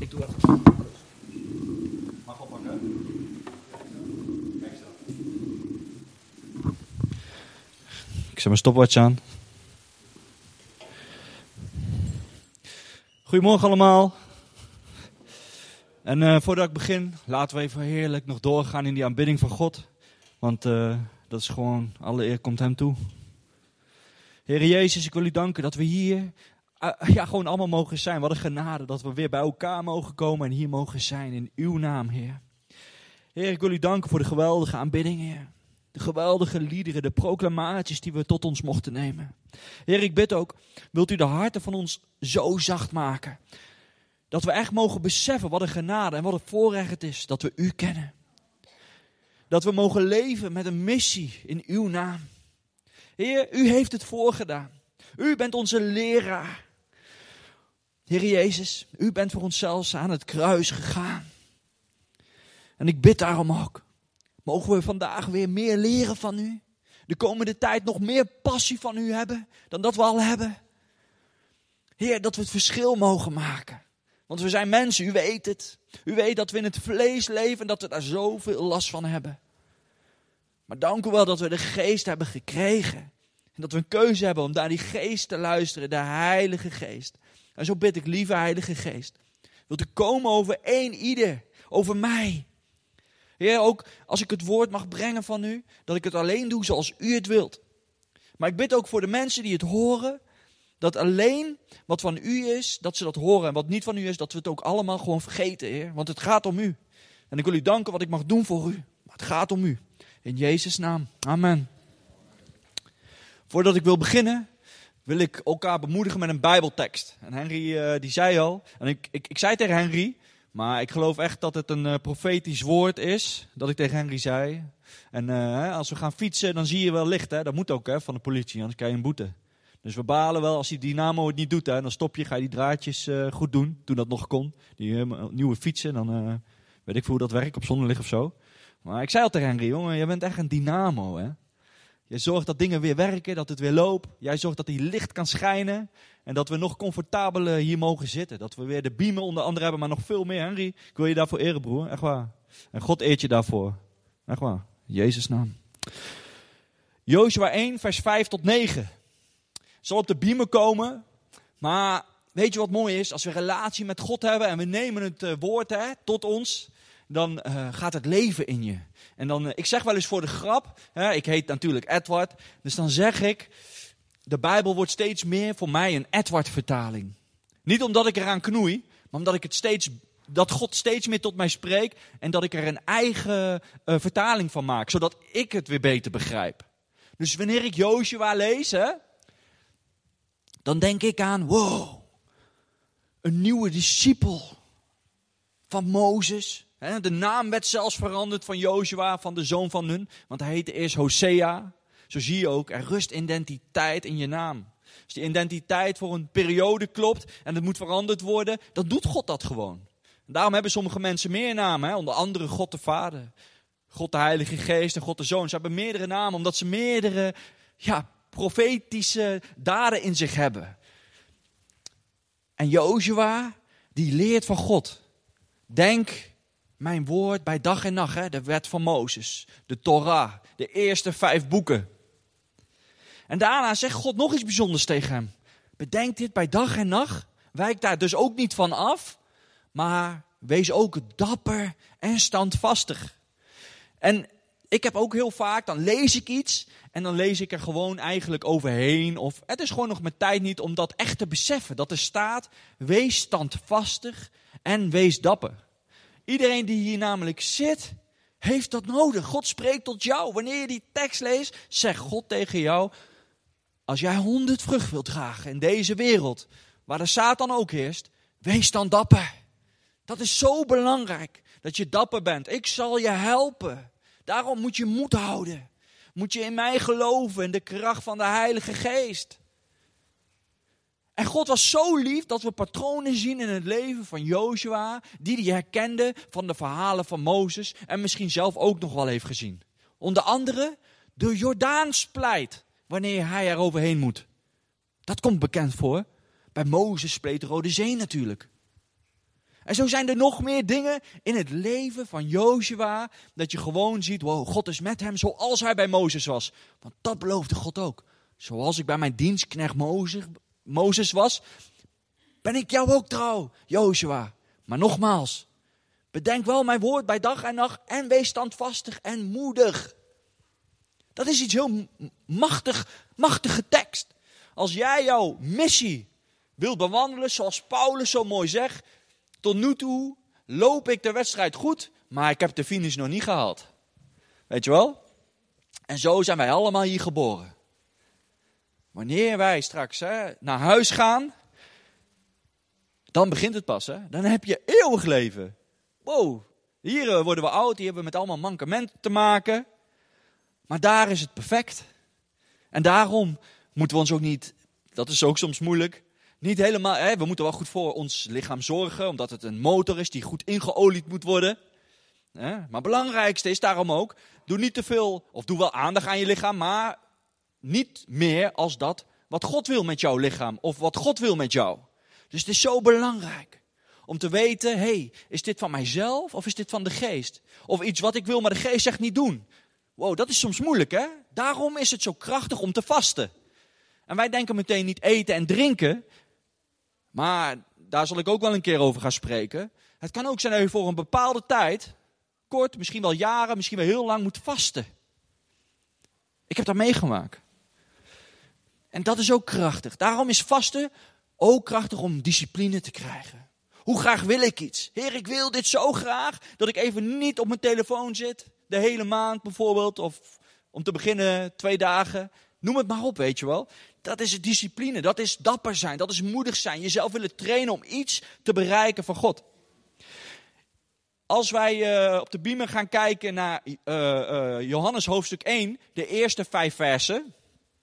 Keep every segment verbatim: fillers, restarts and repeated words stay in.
doe even. Mag oppakken. Kijk zo. Ik zet mijn stopwatch aan. Goedemorgen allemaal. En uh, voordat ik begin, laten we even heerlijk nog doorgaan in die aanbidding van God. Want uh, dat is gewoon, alle eer komt hem toe. Heer Jezus, ik wil u danken dat we hier uh, ja, gewoon allemaal mogen zijn. Wat een genade dat we weer bij elkaar mogen komen en hier mogen zijn in uw naam, Heer. Heer, ik wil u danken voor de geweldige aanbidding, Heer. De geweldige liederen, de proclamaties die we tot ons mochten nemen. Heer, ik bid ook, wilt u de harten van ons zo zacht maken. Dat we echt mogen beseffen wat een genade en wat een voorrecht het is dat we u kennen. Dat we mogen leven met een missie in uw naam. Heer, u heeft het voorgedaan. U bent onze leraar. Heer Jezus, u bent voor ons zelfs aan het kruis gegaan. En ik bid daarom ook. Mogen we vandaag weer meer leren van u. De komende tijd nog meer passie van u hebben dan dat we al hebben. Heer, dat we het verschil mogen maken. Want we zijn mensen, u weet het. U weet dat we in het vlees leven en dat we daar zoveel last van hebben. Maar dank u wel dat we de geest hebben gekregen. En dat we een keuze hebben om naar die geest te luisteren, de Heilige Geest. En zo bid ik, lieve Heilige Geest, wilt u komen over één ieder, over mij. Heer, ook als ik het woord mag brengen van u, dat ik het alleen doe zoals u het wilt. Maar ik bid ook voor de mensen die het horen, dat alleen wat van u is, dat ze dat horen. En wat niet van u is, dat we het ook allemaal gewoon vergeten, Heer. Want het gaat om u. En ik wil u danken wat ik mag doen voor u. Maar het gaat om u. In Jezus' naam. Amen. Voordat ik wil beginnen, wil ik elkaar bemoedigen met een Bijbeltekst. En Henry uh, die zei al, en ik, ik, ik zei tegen Henry, maar ik geloof echt dat het een uh, profetisch woord is, dat ik tegen Henry zei. En uh, als we gaan fietsen, dan zie je wel licht, hè? Dat moet ook, hè, van de politie, anders krijg je een boete. Dus we balen wel, als die dynamo het niet doet, hè, dan stop je, ga je die draadjes uh, goed doen, toen dat nog kon. Die uh, nieuwe fietsen, dan uh, weet ik veel hoe dat werkt, op zonlicht of zo. Maar ik zei al tegen Henry, jongen, jij bent echt een dynamo, hè. Je zorgt dat dingen weer werken, dat het weer loopt. Jij zorgt dat die licht kan schijnen. En dat we nog comfortabeler hier mogen zitten. Dat we weer de biemen onder andere hebben, maar nog veel meer. Henry, ik wil je daarvoor eren, broer. Echt waar. En God eert je daarvoor. Echt waar. In Jezus' naam. Jozua één, vers vijf tot negen. Zal op de biemen komen. Maar weet je wat mooi is? Als we een relatie met God hebben en we nemen het uh, woord hè, tot ons, dan uh, gaat het leven in je. En dan, uh, ik zeg wel eens voor de grap, hè, ik heet natuurlijk Edward, dus dan zeg ik, de Bijbel wordt steeds meer voor mij een Edward-vertaling. Niet omdat ik eraan knoei, maar omdat ik het steeds, dat God steeds meer tot mij spreekt en dat ik er een eigen uh, vertaling van maak, zodat ik het weer beter begrijp. Dus wanneer ik Jozua lees, hè, dan denk ik aan, wow, een nieuwe discipel van Mozes. De naam werd zelfs veranderd van Jozua, van de zoon van Nun. Want hij heette eerst Hosea. Zo zie je ook, er rust identiteit in je naam. Als die identiteit voor een periode klopt en het moet veranderd worden, dan doet God dat gewoon. En daarom hebben sommige mensen meer namen. Hè? Onder andere God de Vader, God de Heilige Geest en God de Zoon. Ze hebben meerdere namen omdat ze meerdere ja, profetische daden in zich hebben. En Jozua, die leert van God. Denk mijn woord bij dag en nacht, hè? De wet van Mozes, de Torah, de eerste vijf boeken. En daarna zegt God nog iets bijzonders tegen hem. Bedenk dit bij dag en nacht, wijk daar dus ook niet van af, maar wees ook dapper en standvastig. En ik heb ook heel vaak, dan lees ik iets en dan lees ik er gewoon eigenlijk overheen. Of het is gewoon nog mijn tijd niet om dat echt te beseffen. Dat er staat, wees standvastig en wees dapper. Iedereen die hier namelijk zit, heeft dat nodig. God spreekt tot jou. Wanneer je die tekst leest, zegt God tegen jou, als jij honderd vrucht wilt dragen in deze wereld, waar de Satan ook heerst, wees dan dapper. Dat is zo belangrijk, dat je dapper bent. Ik zal je helpen. Daarom moet je moed houden. Moet je in mij geloven, in de kracht van de Heilige Geest. En God was zo lief dat we patronen zien in het leven van Jozua, die hij herkende van de verhalen van Mozes en misschien zelf ook nog wel heeft gezien. Onder andere de Jordaansplijt, wanneer hij er overheen moet. Dat komt bekend voor. Bij Mozes spleet de Rode Zee natuurlijk. En zo zijn er nog meer dingen in het leven van Jozua, dat je gewoon ziet, wow, God is met hem zoals hij bij Mozes was. Want dat beloofde God ook. Zoals ik bij mijn dienstknecht Mozes, Mozes was, ben ik jou ook trouw, Jozua. Maar nogmaals, bedenk wel mijn woord bij dag en nacht en wees standvastig en moedig. Dat is iets heel machtig, machtige tekst. Als jij jouw missie wilt bewandelen, zoals Paulus zo mooi zegt, tot nu toe loop ik de wedstrijd goed, maar ik heb de finish nog niet gehaald. Weet je wel? En zo zijn wij allemaal hier geboren. Wanneer wij straks hè, naar huis gaan, dan begint het pas. Hè? Dan heb je eeuwig leven. Wow, hier worden we oud, hier hebben we met allemaal mankementen te maken. Maar daar is het perfect. En daarom moeten we ons ook niet, dat is ook soms moeilijk, niet helemaal, hè, we moeten wel goed voor ons lichaam zorgen, omdat het een motor is die goed ingeolied moet worden. Hè? Maar het belangrijkste is daarom ook, doe niet te veel, of doe wel aandacht aan je lichaam, maar niet meer als dat wat God wil met jouw lichaam, of wat God wil met jou. Dus het is zo belangrijk om te weten, hey, is dit van mijzelf of is dit van de geest? Of iets wat ik wil, maar de geest zegt niet doen. Wow, dat is soms moeilijk, hè? Daarom is het zo krachtig om te vasten. En wij denken meteen niet eten en drinken. Maar daar zal ik ook wel een keer over gaan spreken. Het kan ook zijn dat je voor een bepaalde tijd, kort, misschien wel jaren, misschien wel heel lang moet vasten. Ik heb dat meegemaakt. En dat is ook krachtig. Daarom is vasten ook krachtig om discipline te krijgen. Hoe graag wil ik iets? Heer, ik wil dit zo graag dat ik even niet op mijn telefoon zit. De hele maand bijvoorbeeld. Of om te beginnen twee dagen. Noem het maar op, weet je wel. Dat is het discipline. Dat is dapper zijn. Dat is moedig zijn. Jezelf willen trainen om iets te bereiken van God. Als wij uh, op de beamer gaan kijken naar uh, uh, Johannes hoofdstuk één. De eerste vijf versen.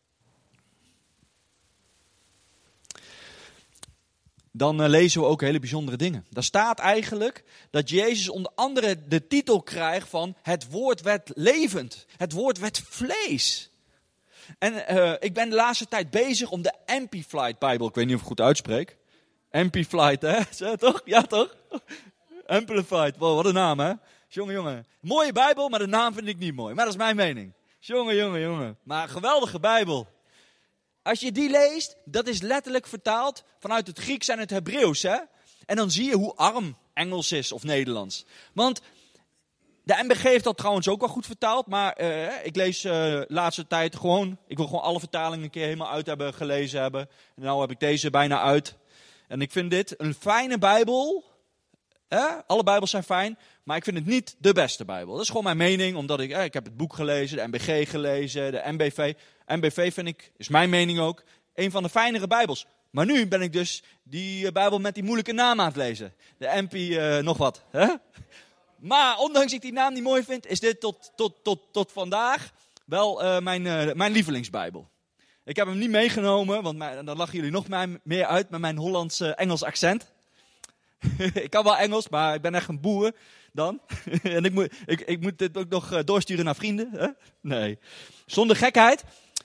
Dan uh, lezen we ook hele bijzondere dingen. Daar staat eigenlijk dat Jezus onder andere de titel krijgt van het woord werd levend. Het woord werd vlees. En uh, ik ben de laatste tijd bezig om de Amplified Bijbel, ik weet niet of ik goed uitspreek. Amplified, hè? Zo, toch? Ja, toch? Amplified, wow, wat een naam, hè? Jongen, jongen. Mooie Bijbel, maar de naam vind ik niet mooi. Maar dat is mijn mening. Jongen, jongen, jongen. Maar een geweldige Bijbel. Als je die leest, dat is letterlijk vertaald vanuit het Grieks en het Hebreeuws, hè? En dan zie je hoe arm Engels is of Nederlands. Want de M B G heeft dat trouwens ook wel goed vertaald, maar uh, ik lees uh, de laatste tijd gewoon, ik wil gewoon alle vertalingen een keer helemaal uit hebben gelezen hebben. En nu heb ik deze bijna uit. En ik vind dit een fijne Bijbel. Eh? Alle Bijbels zijn fijn, maar ik vind het niet de beste Bijbel. Dat is gewoon mijn mening, omdat ik, eh, ik heb het boek gelezen, de M B G gelezen, de M B V. M B V vind ik, is mijn mening ook, een van de fijnere Bijbels. Maar nu ben ik dus die uh, Bijbel met die moeilijke naam aan het lezen. De M P uh, nog wat. Hè? Maar ondanks ik die naam niet mooi vind, is dit tot, tot, tot, tot vandaag wel uh, mijn, uh, mijn lievelingsbijbel. Ik heb hem niet meegenomen, want mijn, dan lachen jullie nog meer uit met mijn Hollands-Engels uh, accent. Ik kan wel Engels, maar ik ben echt een boer dan. En ik moet, ik, ik moet dit ook nog uh, doorsturen naar vrienden. Hè? Nee, zonder gekheid.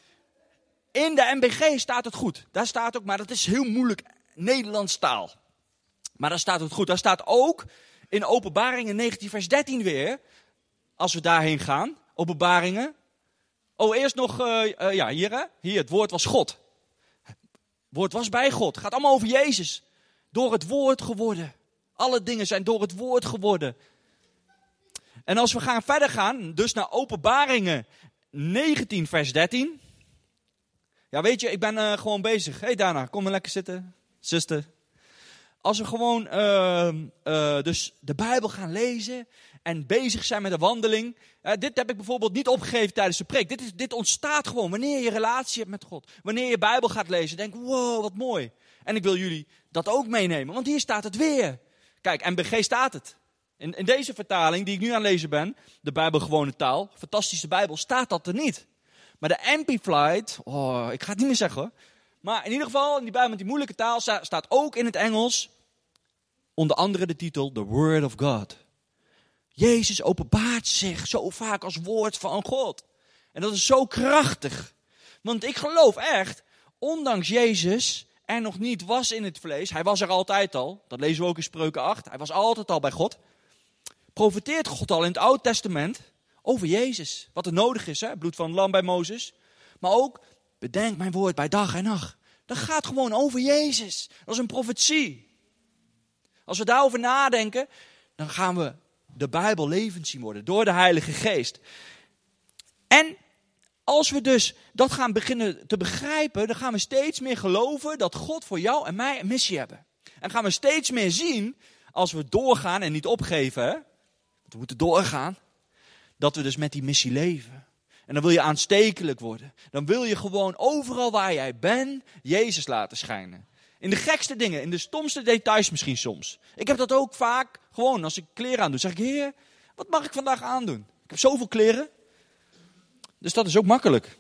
In de M B G staat het goed. Daar staat ook, maar dat is heel moeilijk Nederlands taal. Maar daar staat het goed. Daar staat ook in Openbaringen negentien vers dertien weer, als we daarheen gaan, Openbaringen. Oh, eerst nog, uh, uh, ja, hier hè, hier, het woord was God. Het woord was bij God. Het gaat allemaal over Jezus. Door het woord geworden. Alle dingen zijn door het woord geworden. En als we gaan verder gaan, dus naar Openbaringen negentien vers dertien. Ja, weet je, ik ben uh, gewoon bezig. Hé hey Dana, kom maar lekker zitten, zuster. Als we gewoon uh, uh, dus de Bijbel gaan lezen en bezig zijn met de wandeling. Uh, dit heb ik bijvoorbeeld niet opgegeven tijdens de preek. Dit, is, dit ontstaat gewoon wanneer je relatie hebt met God. Wanneer je Bijbel gaat lezen, denk wow, wat mooi. En ik wil jullie dat ook meenemen, want hier staat het weer. Kijk, M B G staat het. In, in deze vertaling die ik nu aan het lezen ben, de Bijbel gewone taal, fantastische Bijbel, staat dat er niet. Maar de Amplified, oh, ik ga het niet meer zeggen hoor. Maar in ieder geval, in die Bijbel met die moeilijke taal staat ook in het Engels, onder andere de titel, The Word of God. Jezus openbaart zich zo vaak als woord van God. En dat is zo krachtig. Want ik geloof echt, ondanks Jezus er nog niet was in het vlees, hij was er altijd al, dat lezen we ook in Spreuken acht, hij was altijd al bij God, profeteert God al in het Oude Testament over Jezus. Wat er nodig is, hè? Het bloed van het lam bij Mozes. Maar ook, bedenk mijn woord bij dag en nacht. Dat gaat gewoon over Jezus. Dat is een profetie. Als we daarover nadenken, dan gaan we de Bijbel levend zien worden door de Heilige Geest. En als we dus dat gaan beginnen te begrijpen, dan gaan we steeds meer geloven dat God voor jou en mij een missie hebben. En gaan we steeds meer zien, als we doorgaan en niet opgeven, hè, want we moeten doorgaan, dat we dus met die missie leven. En dan wil je aanstekelijk worden. Dan wil je gewoon overal waar jij bent, Jezus laten schijnen. In de gekste dingen, in de stomste details misschien soms. Ik heb dat ook vaak gewoon als ik kleren aandoe. Zeg ik, Heer, wat mag ik vandaag aandoen? Ik heb zoveel kleren. Dus dat is ook makkelijk.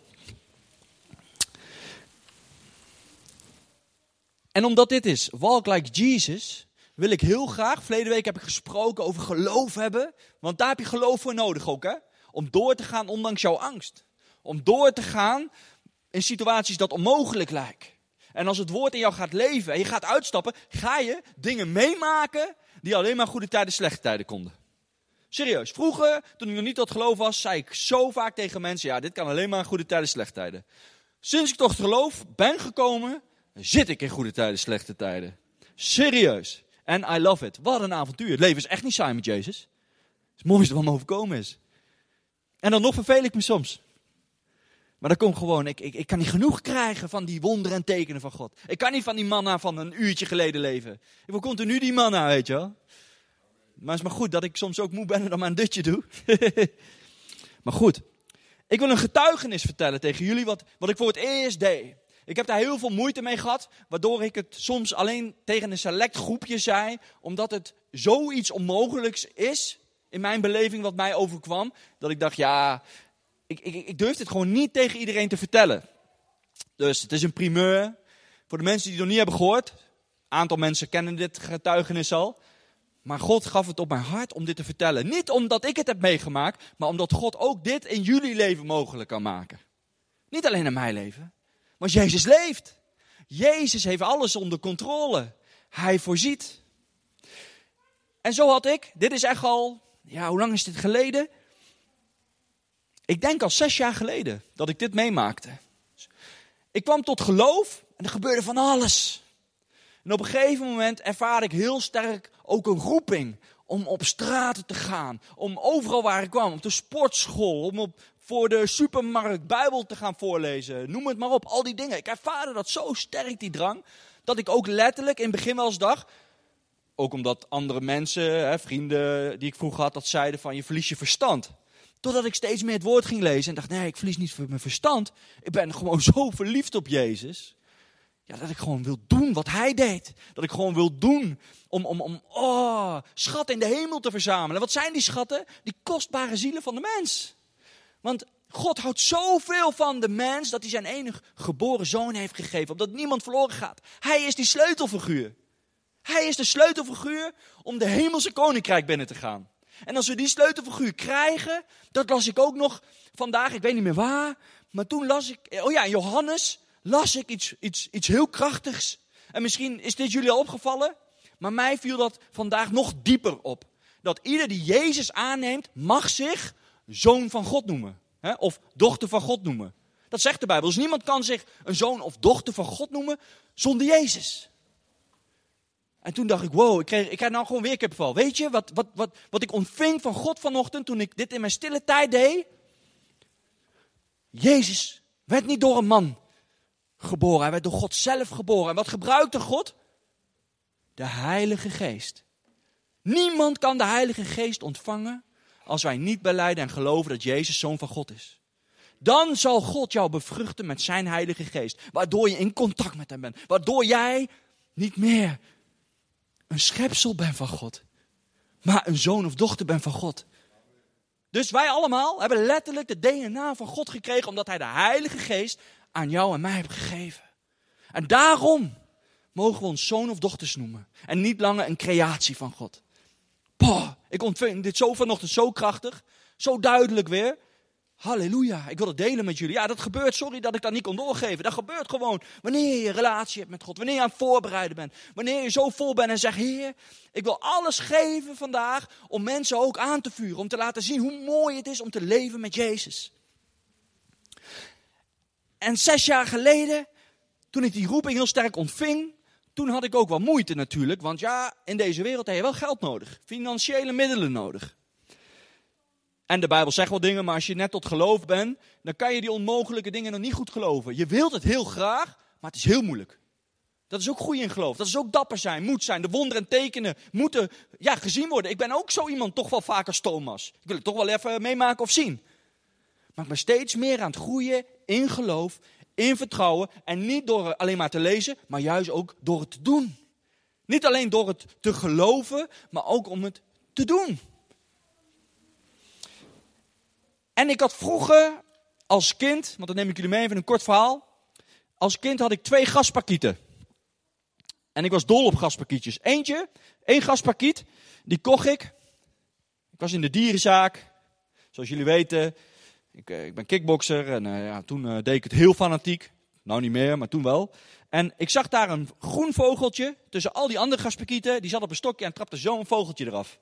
En omdat dit is, walk like Jesus, wil ik heel graag, verleden week heb ik gesproken over geloof hebben. Want daar heb je geloof voor nodig ook, hè? Om door te gaan ondanks jouw angst. Om door te gaan in situaties dat onmogelijk lijken. En als het woord in jou gaat leven en je gaat uitstappen, ga je dingen meemaken die alleen maar goede tijden, slechte tijden konden. Serieus, vroeger, toen ik nog niet tot geloof was, zei ik zo vaak tegen mensen, ja, dit kan alleen maar goede tijden, slechte tijden. Sinds ik tot geloof ben gekomen, zit ik in goede tijden, slechte tijden. Serieus. En I love it. Wat een avontuur. Het leven is echt niet saai met Jezus. Het is het mooiste wat me overkomen is. En dan nog verveel ik me soms. Maar dat komt gewoon, ik, ik, ik kan niet genoeg krijgen van die wonderen en tekenen van God. Ik kan niet van die manna van een uurtje geleden leven. Ik wil continu die manna, weet je wel. Maar het is maar goed dat ik soms ook moe ben en dan maar een dutje doe. Maar goed, ik wil een getuigenis vertellen tegen jullie wat, wat ik voor het eerst deed. Ik heb daar heel veel moeite mee gehad, waardoor ik het soms alleen tegen een select groepje zei. Omdat het zoiets onmogelijks is, in mijn beleving wat mij overkwam. Dat ik dacht, ja, ik, ik, ik durf dit gewoon niet tegen iedereen te vertellen. Dus het is een primeur. Voor de mensen die het nog niet hebben gehoord. Een aantal mensen kennen dit getuigenis al. Maar God gaf het op mijn hart om dit te vertellen. Niet omdat ik het heb meegemaakt, maar omdat God ook dit in jullie leven mogelijk kan maken. Niet alleen in mijn leven. Maar Jezus leeft. Jezus heeft alles onder controle. Hij voorziet. En zo had ik, dit is echt al, ja, hoe lang is dit geleden? Ik denk al zes jaar geleden dat ik dit meemaakte. Ik kwam tot geloof en er gebeurde van alles. En op een gegeven moment ervaarde ik heel sterk ook een roeping om op straten te gaan. Om overal waar ik kwam, op de sportschool, om op, voor de supermarkt Bijbel te gaan voorlezen. Noem het maar op, al die dingen. Ik ervaarde dat zo sterk, die drang, dat ik ook letterlijk in het begin wel eens dacht, ook omdat andere mensen, hè, vrienden die ik vroeger had, dat zeiden van je verlies je verstand. Totdat ik steeds meer het woord ging lezen en dacht, nee, ik verlies niet mijn verstand. Ik ben gewoon zo verliefd op Jezus. Ja, dat ik gewoon wil doen wat hij deed. Dat ik gewoon wil doen om, om, om oh, schatten in de hemel te verzamelen. Wat zijn die schatten? Die kostbare zielen van de mens. Want God houdt zoveel van de mens dat hij zijn enige geboren zoon heeft gegeven. Opdat niemand verloren gaat. Hij is die sleutelfiguur. Hij is de sleutelfiguur om de hemelse koninkrijk binnen te gaan. En als we die sleutelfiguur krijgen, dat las ik ook nog vandaag, ik weet niet meer waar. Maar toen las ik, oh ja, in Johannes las ik iets, iets, iets heel krachtigs. En misschien is dit jullie al opgevallen. Maar mij viel dat vandaag nog dieper op. Dat ieder die Jezus aanneemt, mag zich zoon van God noemen. Hè? Of dochter van God noemen. Dat zegt de Bijbel. Dus niemand kan zich een zoon of dochter van God noemen zonder Jezus. En toen dacht ik, wow, ik kreeg, ik krijg nou gewoon weer kippenvel. Weet je, wat, wat, wat, wat ik ontving van God vanochtend toen ik dit in mijn stille tijd deed? Jezus werd niet door een man geboren. Hij werd door God zelf geboren. En wat gebruikte God? De Heilige Geest. Niemand kan de Heilige Geest ontvangen als wij niet belijden en geloven dat Jezus zoon van God is. Dan zal God jou bevruchten met zijn Heilige Geest. Waardoor je in contact met hem bent. Waardoor jij niet meer een schepsel bent van God. Maar een zoon of dochter bent van God. Dus wij allemaal hebben letterlijk de D N A van God gekregen. Omdat hij de Heilige Geest aan jou en mij heeft gegeven. En daarom mogen we ons zoon of dochters noemen. En niet langer een creatie van God. Boah, ik ontving dit zo vanochtend zo krachtig. Zo duidelijk weer. Halleluja, ik wil het delen met jullie. Ja, dat gebeurt, sorry dat ik dat niet kon doorgeven. Dat gebeurt gewoon wanneer je een relatie hebt met God. Wanneer je aan het voorbereiden bent. Wanneer je zo vol bent en zegt, Heer, ik wil alles geven vandaag om mensen ook aan te vuren. Om te laten zien hoe mooi het is om te leven met Jezus. En zes jaar geleden, toen ik die roeping heel sterk ontving, toen had ik ook wel moeite natuurlijk. Want ja, in deze wereld heb je wel geld nodig. Financiële middelen nodig. En de Bijbel zegt wel dingen, maar als je net tot geloof bent, dan kan je die onmogelijke dingen nog niet goed geloven. Je wilt het heel graag, maar het is heel moeilijk. Dat is ook groei in geloof. Dat is ook dapper zijn, moed zijn. De wonderen en tekenen moeten ja, gezien worden. Ik ben ook zo iemand, toch wel vaak als Thomas. Ik wil het toch wel even meemaken of zien. Maar ik ben steeds meer aan het groeien in geloof, in vertrouwen. En niet door alleen maar te lezen, maar juist ook door het te doen. Niet alleen door het te geloven, maar ook om het te doen. En ik had vroeger als kind, want dan neem ik jullie mee even een kort verhaal. Als kind had ik twee gaspakieten. En ik was dol op gaspakietjes. Eentje, één gaspakiet, die kocht ik. Ik was in de dierenzaak. Zoals jullie weten, ik, ik ben kickbokser en uh, ja, toen uh, deed ik het heel fanatiek. Nou niet meer, maar toen wel. En ik zag daar een groen vogeltje tussen al die andere gaspakieten. Die zat op een stokje en trapte zo een vogeltje eraf.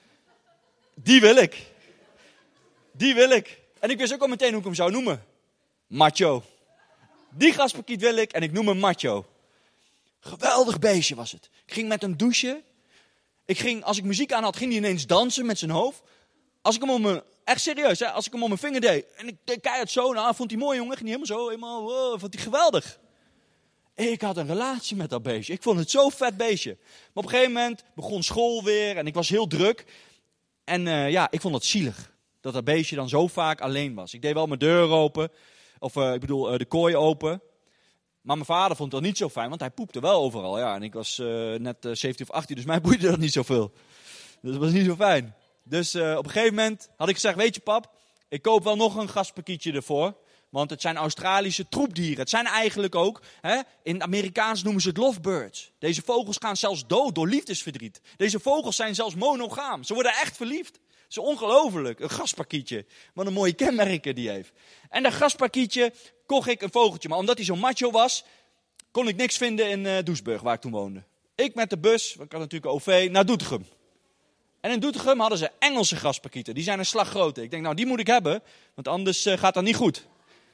Die wil ik. Die wil ik. En ik wist ook al meteen hoe ik hem zou noemen. Macho. Die gaspakiet wil ik en ik noem hem Macho. Geweldig beestje was het. Ik ging met hem douchen. Ik ging, als ik muziek aan had, ging hij ineens dansen met zijn hoofd. Als ik hem om mijn, echt serieus, hè, als ik hem om mijn vinger deed. En ik deed keihard zo, nou vond hij mooi jongen. Ging hij helemaal zo, helemaal, wow, vond hij geweldig. Ik had een relatie met dat beestje. Ik vond het zo'n vet beestje. Maar op een gegeven moment begon school weer en ik was heel druk. En uh, ja, ik vond het zielig. Dat dat beestje dan zo vaak alleen was. Ik deed wel mijn deur open. Of uh, ik bedoel, uh, de kooi open. Maar mijn vader vond dat niet zo fijn. Want hij poepte wel overal. Ja, en ik was uh, net uh, zeventien of achttien. Dus mij boeide dat niet zoveel. Dus dat was niet zo fijn. Dus uh, op een gegeven moment had ik gezegd. Weet je pap, ik koop wel nog een gaspakietje ervoor. Want het zijn Australische troepdieren. Het zijn eigenlijk ook, hè, in het Amerikaans noemen ze het lovebirds. Deze vogels gaan zelfs dood door liefdesverdriet. Deze vogels zijn zelfs monogaam. Ze worden echt verliefd. Het is ongelooflijk, een gaspakietje. Wat een mooie kenmerken die heeft. En dat gaspakietje kocht ik een vogeltje. Maar omdat hij zo macho was, kon ik niks vinden in uh, Doesburg, waar ik toen woonde. Ik met de bus, ik had natuurlijk een O V, naar Doetinchem. En in Doetinchem hadden ze Engelse gaspakieten. Die zijn een slag groter. Ik denk, nou die moet ik hebben, want anders uh, gaat dat niet goed.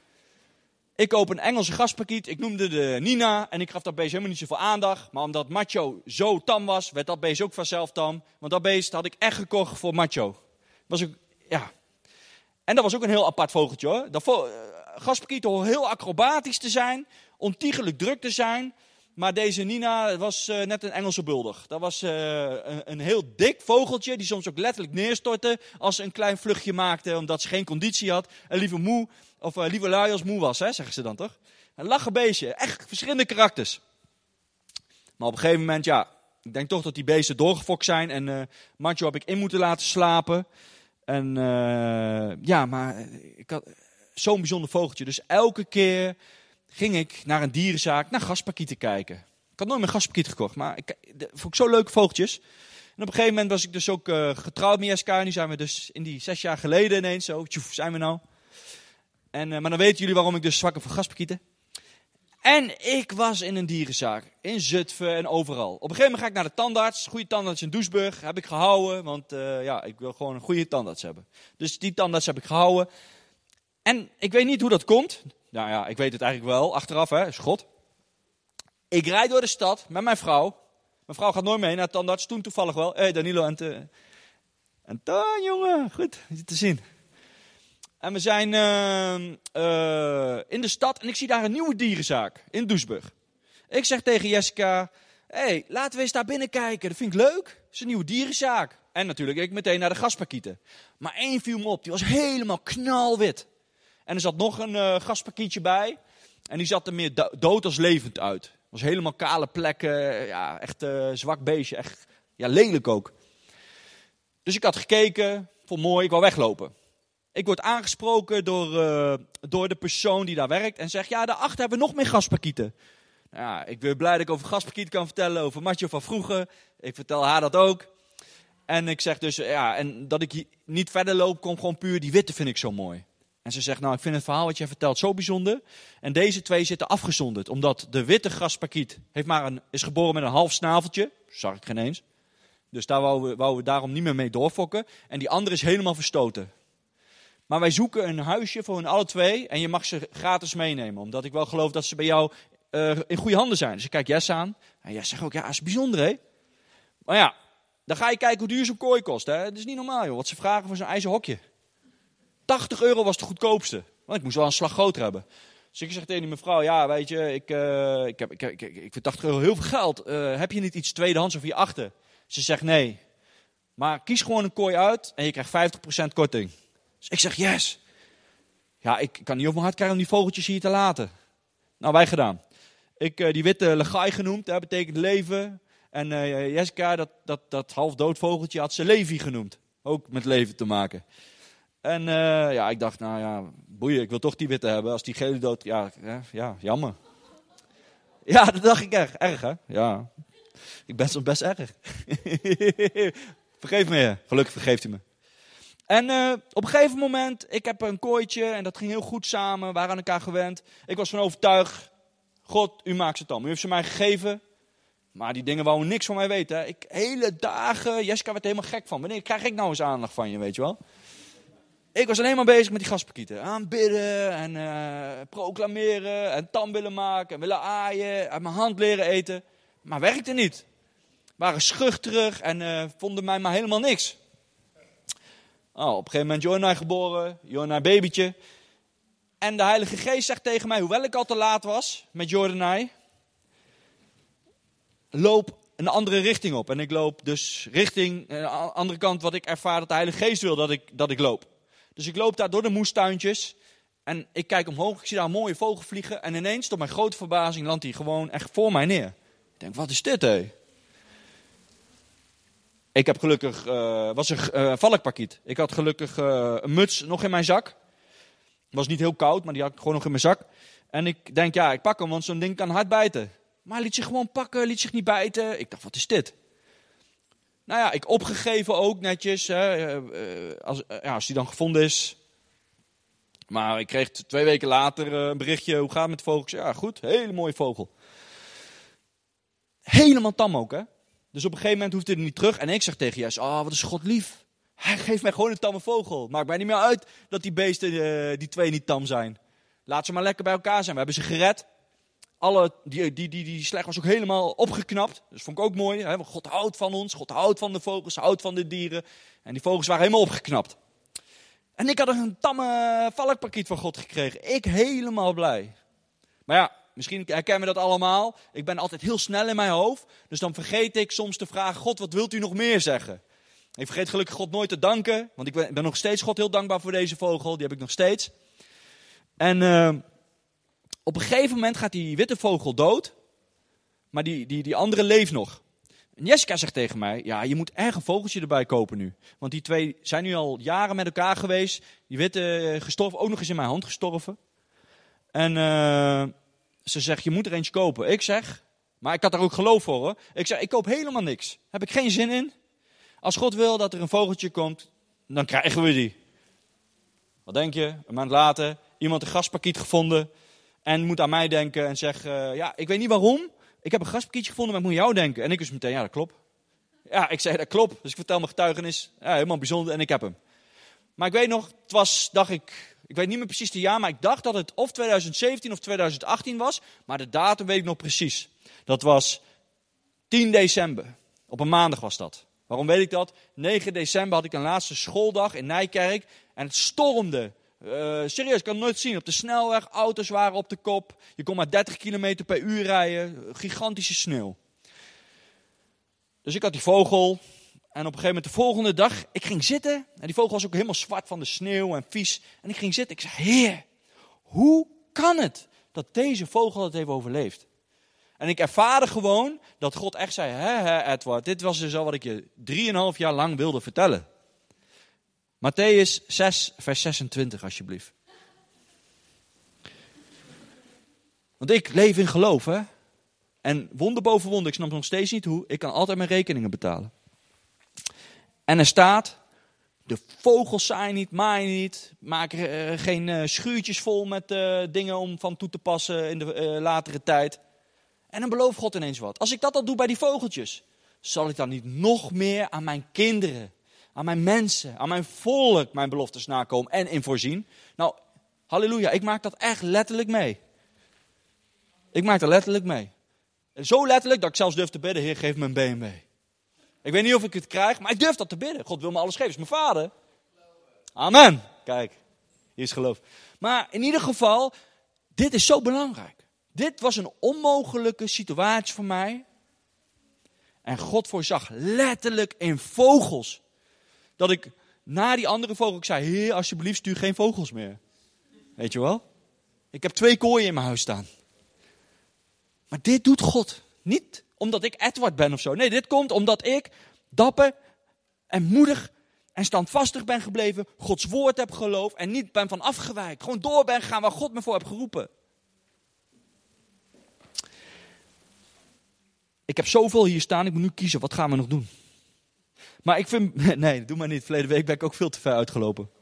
Ik koop een Engelse gaspakiet. Ik noemde de Nina en ik gaf dat beest helemaal niet zoveel aandacht. Maar omdat Macho zo tam was, werd dat beest ook vanzelf tam. Want dat beest had ik echt gekocht voor Macho. Was ook, ja. En dat was ook een heel apart vogeltje hoor. Dat vo- uh, gaspakieten horen heel acrobatisch te zijn, ontiegelijk druk te zijn. Maar deze Nina was uh, net een Engelse bulldog. Dat was uh, een, een heel dik vogeltje die soms ook letterlijk neerstortte als ze een klein vluchtje maakte omdat ze geen conditie had. En liever moe, of uh, liever lui als moe was, hè, zeggen ze dan toch? Een lachen beestje, echt verschillende karakters. Maar op een gegeven moment, ja, ik denk toch dat die beesten doorgefokt zijn. En uh, Macho heb ik in moeten laten slapen. En uh, ja, maar ik had zo'n bijzonder vogeltje. Dus elke keer ging ik naar een dierenzaak naar gaspakieten kijken. Ik had nooit meer gaspakiet gekocht, maar ik de, vond ik zo leuke vogeltjes. En op een gegeven moment was ik dus ook uh, getrouwd met Jessica. Nu zijn we dus in die zes jaar geleden ineens zo, tjoef, zijn we nou. En, uh, maar dan weten jullie waarom ik dus zwak heb voor gaspakieten. En ik was in een dierenzaak, in Zutphen en overal. Op een gegeven moment ga ik naar de tandarts, goede tandarts in Doesburg, heb ik gehouden. Want uh, ja, ik wil gewoon een goede tandarts hebben. Dus die tandarts heb ik gehouden. En ik weet niet hoe dat komt. Nou ja, ik weet het eigenlijk wel, achteraf, hè, is God. Ik rijd door de stad met mijn vrouw. Mijn vrouw gaat nooit mee naar de tandarts, toen toevallig wel. Hé, hey, Danilo en te... En Toon, jongen, goed, je te zien. En we zijn uh, uh, in de stad en ik zie daar een nieuwe dierenzaak in Doesburg. Ik zeg tegen Jessica, hé, hey, laten we eens daar binnen kijken, dat vind ik leuk. Het is een nieuwe dierenzaak. En natuurlijk, ik meteen naar de gaspakieten. Maar één viel me op, die was helemaal knalwit. En er zat nog een uh, gaspakietje bij. En die zat er meer do- dood als levend uit. Het was helemaal kale plekken. Ja, echt uh, zwak beestje. Echt ja, lelijk ook. Dus ik had gekeken. Vond mooi. Ik wou weglopen. Ik word aangesproken door, uh, door de persoon die daar werkt. En zegt, ja, daarachter hebben we nog meer gaspakieten. Nou, ja, ik ben blij dat ik over gaspakieten kan vertellen. Over Macho van vroeger. Ik vertel haar dat ook. En ik zeg dus, ja, en dat ik hier niet verder loop, komt gewoon puur die witte vind ik zo mooi. En ze zegt, nou, ik vind het verhaal wat jij vertelt zo bijzonder. En deze twee zitten afgezonderd. Omdat de witte grasparkiet heeft maar een, is geboren met een half snaveltje. Zag ik geen eens. Dus daar wouden we, wouden we daarom niet meer mee doorfokken. En die andere is helemaal verstoten. Maar wij zoeken een huisje voor hun alle twee. En je mag ze gratis meenemen. Omdat ik wel geloof dat ze bij jou uh, in goede handen zijn. Dus ik kijk Jess aan. En Jess zegt ook, ja, dat is bijzonder, hè. Maar ja, dan ga je kijken hoe duur zo'n kooi kost. Hè. Het is niet normaal, joh. Wat ze vragen voor zo'n ijzer hokje. tachtig euro was de goedkoopste. Want ik moest wel een slag groter hebben. Dus ik zeg tegen die mevrouw, ja, weet je, ik, uh, ik, heb, ik, ik, ik, ik vind tachtig euro heel veel geld. Uh, heb je niet iets tweedehands of je achter? Ze zegt nee. Maar kies gewoon een kooi uit en je krijgt vijftig procent korting. Dus ik zeg yes. Ja, ik kan niet over mijn hart krijgen om die vogeltjes hier te laten. Nou, wij gedaan. Ik uh, die witte legaai genoemd, dat betekent leven. En uh, Jessica, dat, dat, dat half dood vogeltje, had ze Levi genoemd. Ook met leven te maken. En uh, ja, ik dacht, nou ja, boeien, ik wil toch die witte hebben. Als die gele dood, ja, ja, jammer. Ja, dat dacht ik erg, erg hè. Ja, ik ben soms best erg. Vergeef me, heer. Gelukkig vergeeft u me. En uh, op een gegeven moment, ik heb een kooitje en dat ging heel goed samen. We waren aan elkaar gewend. Ik was van overtuigd, God, u maakt ze dan. U heeft ze mij gegeven. Maar die dingen wouden niks van mij weten. Hè. Ik, hele dagen, Jessica werd er helemaal gek van. Wanneer krijg ik nou eens aandacht van je, weet je wel? Ik was alleen maar bezig met die gasparkieten. Aanbidden en uh, proclameren en tam willen maken en willen aaien. Uit mijn hand leren eten. Maar werkte niet. Waren schuchterig en uh, vonden mij maar helemaal niks. Oh, op een gegeven moment Jonah geboren, Jonah babytje. En de Heilige Geest zegt tegen mij, hoewel ik al te laat was met Jordanai, loop een andere richting op. En ik loop dus richting de uh, andere kant wat ik ervaar dat de Heilige Geest wil dat ik, dat ik loop. Dus ik loop daar door de moestuintjes en ik kijk omhoog, ik zie daar een mooie vogel vliegen. En ineens, tot mijn grote verbazing, landt hij gewoon echt voor mij neer. Ik denk, wat is dit, hé? Ik heb gelukkig, uh, was een uh, valkparkiet. Ik had gelukkig uh, een muts nog in mijn zak. Het was niet heel koud, maar die had ik gewoon nog in mijn zak. En ik denk, ja, ik pak hem, want zo'n ding kan hard bijten. Maar hij liet zich gewoon pakken, liet zich niet bijten. Ik dacht, wat is dit? Nou ja, ik opgegeven ook netjes, hè, uh, als, uh, ja, als die dan gevonden is. Maar ik kreeg twee weken later uh, een berichtje, hoe gaat het met de vogel? Ik zei, ja, goed, hele mooie vogel. Helemaal tam ook, hè. Dus op een gegeven moment hoeft hij er niet terug. En ik zeg tegen Jess, oh, wat is God lief. Hij geeft mij gewoon een tamme vogel. Maakt mij niet meer uit dat die beesten, uh, die twee niet tam zijn. Laat ze maar lekker bij elkaar zijn. We hebben ze gered. Alle, die, die, die, die sleg was ook helemaal opgeknapt. Dat vond ik ook mooi. Hè? Want God houdt van ons. God houdt van de vogels. Houdt van de dieren. En die vogels waren helemaal opgeknapt. En ik had een tamme valkparkiet van God gekregen. Ik helemaal blij. Maar ja, misschien herkennen we dat allemaal. Ik ben altijd heel snel in mijn hoofd. Dus dan vergeet ik soms te vragen, God, wat wilt u nog meer zeggen? Ik vergeet gelukkig God nooit te danken. Want ik ben, ben nog steeds God heel dankbaar voor deze vogel. Die heb ik nog steeds. En uh, op een gegeven moment gaat die witte vogel dood. Maar die, die, die andere leeft nog. En Jessica zegt tegen mij, ja, je moet erg een vogeltje erbij kopen nu. Want die twee zijn nu al jaren met elkaar geweest. Die witte uh, gestorven, ook nog eens in mijn hand gestorven. En uh, ze zegt, je moet er eentje kopen. Ik zeg, maar ik had daar ook geloof voor hoor. Ik zeg, ik koop helemaal niks. Heb ik geen zin in. Als God wil dat er een vogeltje komt, dan krijgen we die. Wat denk je? Een maand later, iemand een gasparkiet gevonden. En moet aan mij denken en zegt, uh, ja, ik weet niet waarom. Ik heb een gasparkietje gevonden, maar ik moet aan jou denken. En ik dus meteen, ja, dat klopt. Ja, ik zei, dat klopt. Dus ik vertel mijn getuigenis. Ja, helemaal bijzonder en ik heb hem. Maar ik weet nog, het was, dacht ik, ik weet niet meer precies de jaar, maar ik dacht dat het of twintig zeventien of twintig achttien was. Maar de datum weet ik nog precies. Dat was tien december. Op een maandag was dat. Waarom weet ik dat? negen december had ik een laatste schooldag in Nijkerk. En het stormde. Uh, serieus, ik kan het nooit zien. Op de snelweg, auto's waren op de kop. Je kon maar dertig kilometer per uur rijden. Gigantische sneeuw. Dus ik had die vogel. En op een gegeven moment de volgende dag, ik ging zitten. En die vogel was ook helemaal zwart van de sneeuw en vies. En ik ging zitten. Ik zei, Heer, hoe kan het dat deze vogel het heeft overleefd? En ik ervaarde gewoon dat God echt zei, hè, hè Edward, dit was dus al wat ik je drieënhalf jaar lang wilde vertellen. Mattheüs zes, vers zesentwintig, alsjeblieft. Want ik leef in geloof, hè. En wonder boven wonder, ik snap nog steeds niet hoe, ik kan altijd mijn rekeningen betalen. En er staat, De vogels zaaien niet, maaien niet. Maak er uh, geen uh, schuurtjes vol met uh, dingen om van toe te passen in de uh, latere tijd. En dan belooft God ineens wat. Als ik dat al doe bij die vogeltjes, zal ik dan niet nog meer aan mijn kinderen, aan mijn mensen, aan mijn volk mijn beloftes nakomen en in voorzien? Nou, halleluja, ik maak dat echt letterlijk mee. Ik maak dat letterlijk mee. Zo letterlijk dat ik zelfs durf te bidden, Heer, geef me een B M W. Ik weet niet of ik het krijg, maar ik durf dat te bidden. God wil me alles geven, is mijn vader. Amen. Kijk, hier is geloof. Maar in ieder geval, dit is zo belangrijk. Dit was een onmogelijke situatie voor mij. En God voorzag letterlijk in vogels. Dat ik na die andere vogel, ik zei, Heer, alsjeblieft stuur geen vogels meer. Weet je wel? Ik heb twee kooien in mijn huis staan. Maar dit doet God. Niet omdat ik Edward ben of zo. Nee, dit komt omdat ik dapper en moedig en standvastig ben gebleven. Gods woord heb geloofd en niet ben van afgewijkt. Gewoon door ben gegaan waar God me voor heeft geroepen. Ik heb zoveel hier staan, ik moet nu kiezen, wat gaan we nog doen? Maar ik vind, nee, doe maar niet. Verleden week ben ik ook veel te ver uitgelopen.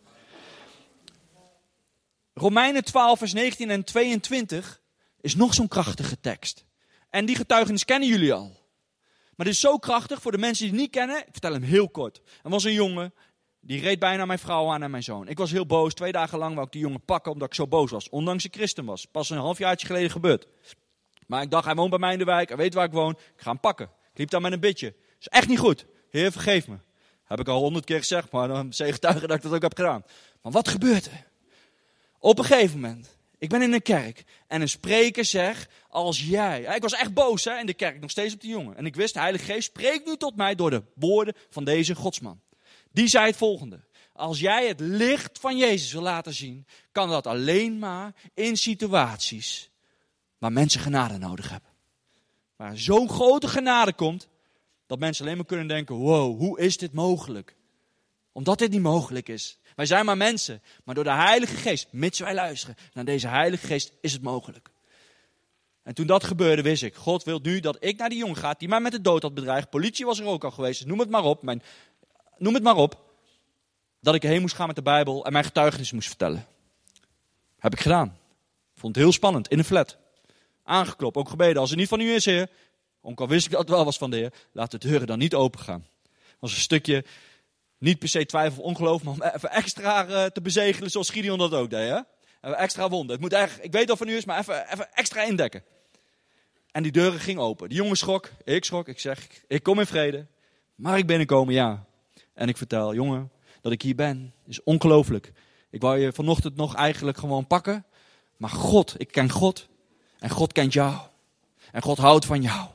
Romeinen twaalf, vers negentien en tweeëntwintig is nog zo'n krachtige tekst. En die getuigenis kennen jullie al. Maar dit is zo krachtig voor de mensen die het niet kennen. Ik vertel hem heel kort. Er was een jongen, die reed bijna mijn vrouw aan en mijn zoon. Ik was heel boos. Twee dagen lang wou ik die jongen pakken omdat ik zo boos was. Ondanks ik christen was. Pas een halfjaartje geleden gebeurd. Maar ik dacht, hij woont bij mij in de wijk. Hij weet waar ik woon. Ik ga hem pakken. Ik liep daar met een bitje. Dat is echt niet goed. Heer, vergeef me. Heb ik al honderd keer gezegd, maar dan zeg getuigen dat ik dat ook heb gedaan. Maar wat gebeurt er? Op een gegeven moment, ik ben in een kerk en een spreker zegt, als jij... Ik was echt boos hè, in de kerk, nog steeds op die jongen. En ik wist, de Heilige Geest spreekt nu tot mij door de woorden van deze godsman. Die zei het volgende. Als jij het licht van Jezus wil laten zien, kan dat alleen maar in situaties waar mensen genade nodig hebben. Waar zo'n grote genade komt, dat mensen alleen maar kunnen denken, wow, hoe is dit mogelijk? Omdat dit niet mogelijk is. Wij zijn maar mensen, maar door de Heilige Geest, mits wij luisteren naar deze Heilige Geest, is het mogelijk. En toen dat gebeurde, wist ik, God wil nu dat ik naar die jongen ga, die mij met de dood had bedreigd. Politie was er ook al geweest, dus noem het maar op. Mijn, noem het maar op. Dat ik erheen moest gaan met de Bijbel en mijn getuigenis moest vertellen. Heb ik gedaan. Vond het heel spannend, in een flat. Aangeklopt, ook gebeden. Als het niet van u is, Heer, ook al wist ik dat het wel was van de Heer, laat de deuren dan niet open gaan. Dat was een stukje, niet per se twijfel of ongeloof, maar om even extra uh, te bezegelen zoals Gideon dat ook deed. Hè? Even extra wonden. Het moet echt, ik weet dat het van u is, maar even, even extra indekken. En die deuren gingen open. Die jongen schrok, ik schrok, ik zeg, ik kom in vrede. Mag ik binnenkomen? Ja. En ik vertel, jongen, dat ik hier ben, is ongelooflijk. Ik wou je vanochtend nog eigenlijk gewoon pakken, maar God, ik ken God. En God kent jou. En God houdt van jou.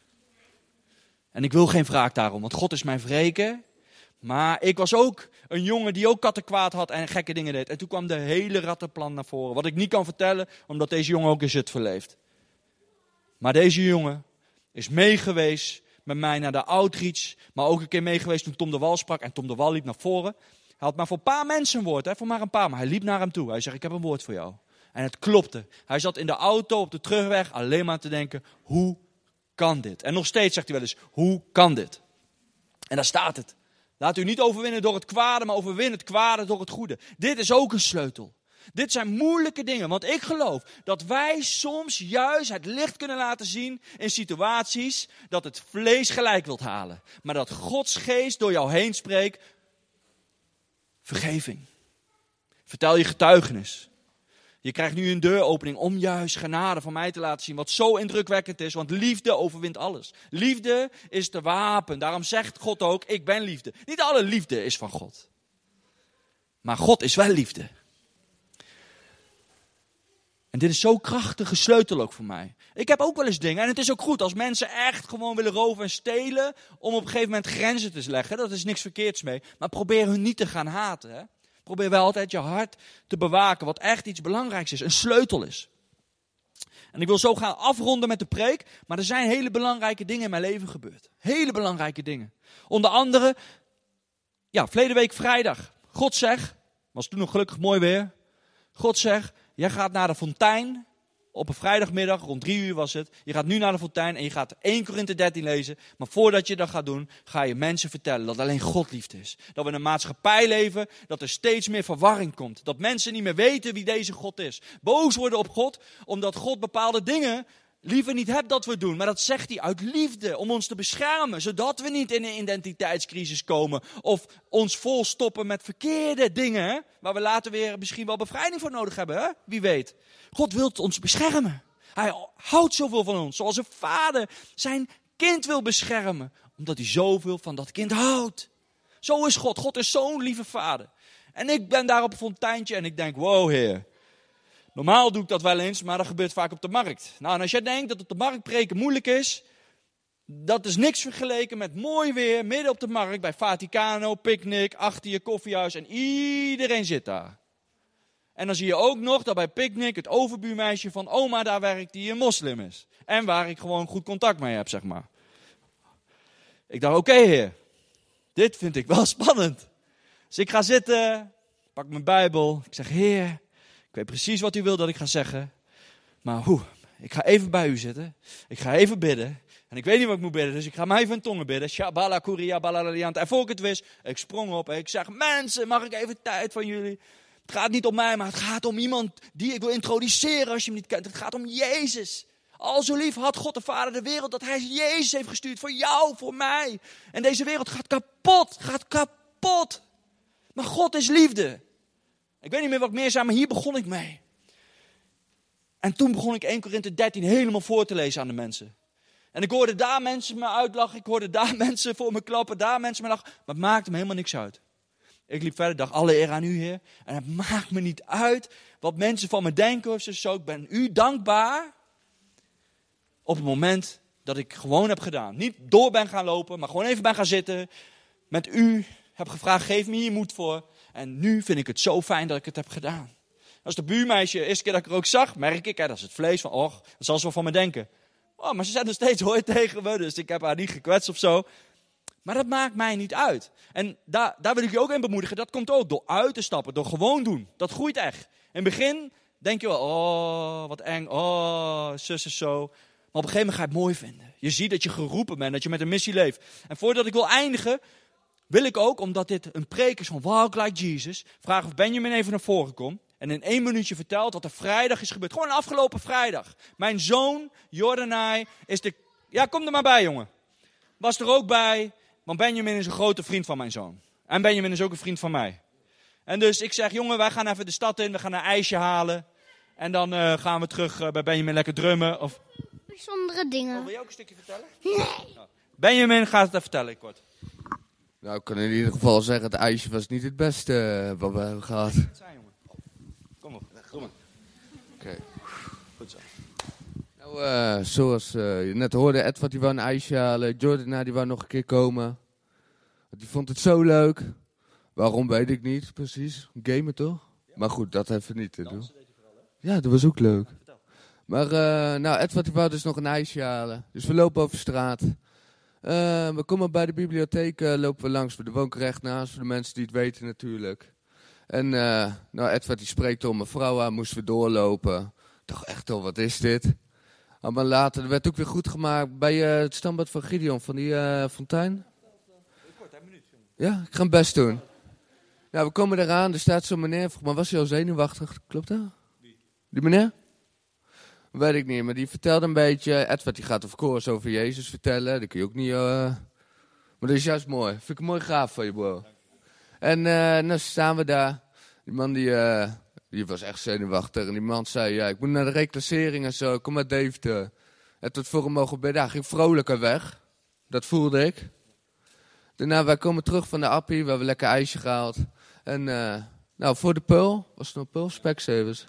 En ik wil geen wraak daarom, want God is mijn wreker. Maar ik was ook een jongen die ook kattenkwaad had en gekke dingen deed. En toen kwam de hele rattenplan naar voren. Wat ik niet kan vertellen, omdat deze jongen ook in Zutphen leeft. Maar deze jongen is meegeweest met mij naar de outreach. Maar ook een keer meegeweest toen Tom de Wal sprak. En Tom de Wal liep naar voren. Hij had maar voor een paar mensen een woord, hè, voor maar een paar. Maar hij liep naar hem toe. Hij zegt, ik heb een woord voor jou. En het klopte. Hij zat in de auto op de terugweg alleen maar te denken, hoe kan dit? En nog steeds zegt hij wel eens, hoe kan dit? En daar staat het. Laat u niet overwinnen door het kwade, maar overwin het kwade door het goede. Dit is ook een sleutel. Dit zijn moeilijke dingen, want ik geloof dat wij soms juist het licht kunnen laten zien in situaties dat het vlees gelijk wilt halen. Maar dat Gods geest door jou heen spreekt, vergeving. Vertel je getuigenis. Je krijgt nu een deuropening om juist genade van mij te laten zien. Wat zo indrukwekkend is, want liefde overwint alles. Liefde is de wapen. Daarom zegt God ook, ik ben liefde. Niet alle liefde is van God. Maar God is wel liefde. En dit is zo'n krachtige sleutel ook voor mij. Ik heb ook wel eens dingen, en het is ook goed als mensen echt gewoon willen roven en stelen, om op een gegeven moment grenzen te leggen. Dat is niks verkeerds mee. Maar probeer hun niet te gaan haten, hè. Probeer wel altijd je hart te bewaken, wat echt iets belangrijks is, een sleutel is. En ik wil zo gaan afronden met de preek, maar er zijn hele belangrijke dingen in mijn leven gebeurd. Hele belangrijke dingen. Onder andere, ja, verleden week vrijdag. God zegt, was toen nog gelukkig mooi weer. God zegt, jij gaat naar de fontein op een vrijdagmiddag, rond drie uur was het. Je gaat nu naar de fontein en je gaat Eerste Korinthe dertien lezen. Maar voordat je dat gaat doen, ga je mensen vertellen dat alleen God liefde is. Dat we in een maatschappij leven, dat er steeds meer verwarring komt. Dat mensen niet meer weten wie deze God is. Boos worden op God, omdat God bepaalde dingen liever niet hebt dat we doen. Maar dat zegt hij uit liefde, om ons te beschermen. Zodat we niet in een identiteitscrisis komen. Of ons volstoppen met verkeerde dingen. Hè? Waar we later weer misschien wel bevrijding voor nodig hebben. Hè? Wie weet. God wil ons beschermen. Hij houdt zoveel van ons. Zoals een vader zijn kind wil beschermen. Omdat hij zoveel van dat kind houdt. Zo is God. God is zo'n lieve vader. En ik ben daar op een fonteintje en ik denk, wow Heer. Normaal doe ik dat wel eens, maar dat gebeurt vaak op de markt. Nou, en als jij denkt dat op de markt preken moeilijk is, dat is niks vergeleken met mooi weer, midden op de markt, bij Vaticano, picknick, achter je koffiehuis en iedereen zit daar. En dan zie je ook nog dat bij picknick het overbuurmeisje van oma daar werkt die een moslim is. En waar ik gewoon goed contact mee heb, zeg maar. Ik dacht, oké okay, Heer, dit vind ik wel spannend. Dus ik ga zitten, pak mijn Bijbel, ik zeg, Heer, ik weet precies wat u wil dat ik ga zeggen. Maar hoe? Ik ga even bij u zitten. Ik ga even bidden. En ik weet niet wat ik moet bidden. Dus ik ga maar even in tongen bidden. Shabala kuria balalaliant. En voor ik het wist, ik sprong op. En ik zeg, mensen, mag ik even tijd van jullie? Het gaat niet om mij, maar het gaat om iemand die ik wil introduceren als je hem niet kent. Het gaat om Jezus. Al zo lief had God de Vader de wereld dat hij Jezus heeft gestuurd. Voor jou, voor mij. En deze wereld gaat kapot. Gaat kapot. Maar God is liefde. Ik weet niet meer wat ik meer zei, maar hier begon ik mee. En toen begon ik Eerste Korinthe dertien helemaal voor te lezen aan de mensen. En ik hoorde daar mensen me uitlachen, ik hoorde daar mensen voor me klappen, daar mensen me lachen. Maar het maakte me helemaal niks uit. Ik liep verder, dacht, alle eer aan u Heer. En het maakt me niet uit wat mensen van me denken of zo. Ik ben u dankbaar op het moment dat ik gewoon heb gedaan. Niet door ben gaan lopen, maar gewoon even ben gaan zitten. Met u heb gevraagd, geef me hier moed voor. En nu vind ik het zo fijn dat ik het heb gedaan. Als de buurmeisje, de eerste keer dat ik er ook zag, merk ik, hè, dat is het vlees van, och, dat zal ze wel van me denken. Oh, maar ze zei nog steeds hoor tegen me, dus ik heb haar niet gekwetst of zo. Maar dat maakt mij niet uit. En daar, daar wil ik je ook in bemoedigen. Dat komt ook door uit te stappen, door gewoon doen. Dat groeit echt. In het begin denk je wel, oh, wat eng, oh, zus is zo. Maar op een gegeven moment ga je het mooi vinden. Je ziet dat je geroepen bent, dat je met een missie leeft. En voordat ik wil eindigen, wil ik ook, omdat dit een preek is van Walk Like Jesus, vragen of Benjamin even naar voren komt. En in één minuutje vertelt wat er vrijdag is gebeurd. Gewoon afgelopen vrijdag. Mijn zoon, Jordanai, is de... Ja, kom er maar bij, jongen. Was er ook bij, want Benjamin is een grote vriend van mijn zoon. En Benjamin is ook een vriend van mij. En dus ik zeg, jongen, wij gaan even de stad in. We gaan een ijsje halen. En dan uh, gaan we terug uh, bij Benjamin lekker drummen. Of... Bijzondere dingen. Oh, wil je ook een stukje vertellen? Nee. Nou, Benjamin gaat het even vertellen, ik kort. Nou, ik kan in ieder geval zeggen, het ijsje was niet het beste uh, wat we hebben gehad. Kom op, kom maar. Oké. Okay. Goed zo. Nou, uh, zoals uh, je net hoorde, Edward die wou een ijsje halen. Jordan die wou nog een keer komen. Die vond het zo leuk. Waarom weet ik niet precies. Gamen toch? Ja. Maar goed, dat even niet te doen. Dansen deed je vooral, hè? Ja, dat was ook leuk. Ja, maar uh, nou, Edward die wou dus nog een ijsje halen. Dus we lopen over straat. Uh, we komen bij de bibliotheek, uh, lopen we langs. De woon ik recht naast, voor de mensen die het weten natuurlijk. En uh, nou, Edward die spreekt om mijn vrouw aan, moesten we doorlopen. Ik dacht echt al, wat is dit? Maar later, er werd ook weer goed gemaakt bij uh, het standbeeld van Gideon, van die uh, fontein. Ja, ik ga mijn best doen. Nou, we komen eraan, er staat zo'n meneer, maar was hij al zenuwachtig? Klopt dat? Wie? Die meneer? Weet ik niet, maar die vertelde een beetje, Edward die gaat of course over Jezus vertellen, dat kun je ook niet... Uh... Maar dat is juist mooi, vind ik een mooi gaaf van je bro. En uh, nou staan we daar. Die man die, uh, die was echt zenuwachtig. En die man zei, ja, ik moet naar de reclassering en zo. Kom maar Dave. En tot voor hem mogen bidden. Hij ging vrolijker weg. Dat voelde ik. Daarna, wij komen terug van de appie. We hebben lekker ijsje gehaald. En uh, nou, voor de Pearl. Was het nou Pearl? Specsavers.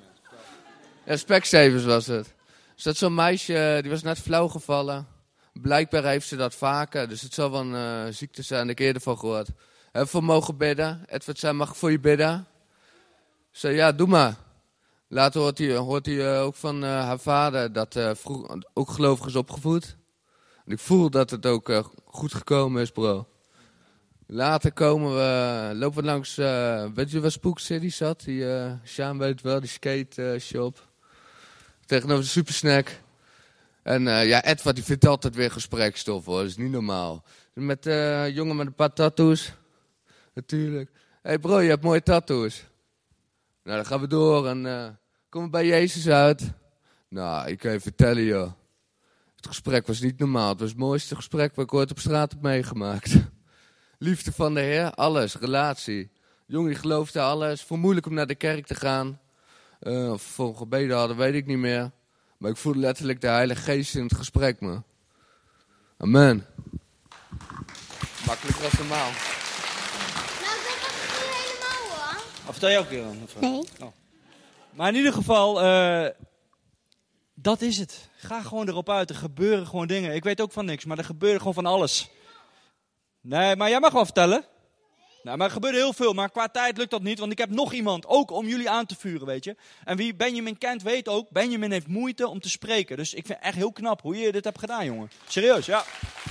Ja, Specsavers was het. Dus dat zo'n meisje, die was net flauw gevallen. Blijkbaar heeft ze dat vaker. Dus het zal wel een uh, ziekte zijn. Ik heb eerder van gehoord. Hebben we voor mogen bidden. Edward zei, mag ik voor je bidden? Ik zei, ja, doe maar. Later hoort hij, hoort hij uh, ook van uh, haar vader dat uh, vroeg, ook gelovig is opgevoed. En ik voel dat het ook uh, goed gekomen is, bro. Later komen we, lopen we langs, uh, weet je waar Spook City zat? Die uh, Sjaan weet wel, die skate uh, shop. tegenover de Supersnack. En uh, ja, Edward die vindt altijd weer gesprekstof hoor, dat is niet normaal. Met uh, jongen met een paar tattoos. Natuurlijk. Hé hey bro, je hebt mooie tattoos. Nou, dan gaan we door en uh, komen we bij Jezus uit. Nou, ik kan je vertellen joh. Het gesprek was niet normaal. Het was het mooiste gesprek wat ik ooit op straat heb meegemaakt. Liefde van de Heer, alles, relatie. Jongen die geloofde alles. Vond moeilijk om naar de kerk te gaan. Uh, of voor gebeden hadden, weet ik niet meer. Maar ik voelde letterlijk de Heilige Geest in het gesprek, man. Amen. Makkelijker als normaal. Nou, dat was het niet helemaal hoor. Of vertel je ook weer aan? Nee. Oh. Maar in ieder geval, uh, dat is het. Ga gewoon erop uit. Er gebeuren gewoon dingen. Ik weet ook van niks, maar er gebeurt gewoon van alles. Nee, maar jij mag wel vertellen. Nou, maar er gebeurde heel veel, maar qua tijd lukt dat niet, want ik heb nog iemand, ook om jullie aan te vuren, weet je. En wie Benjamin kent, weet ook, Benjamin heeft moeite om te spreken. Dus ik vind het echt heel knap hoe je dit hebt gedaan, jongen. Serieus, ja.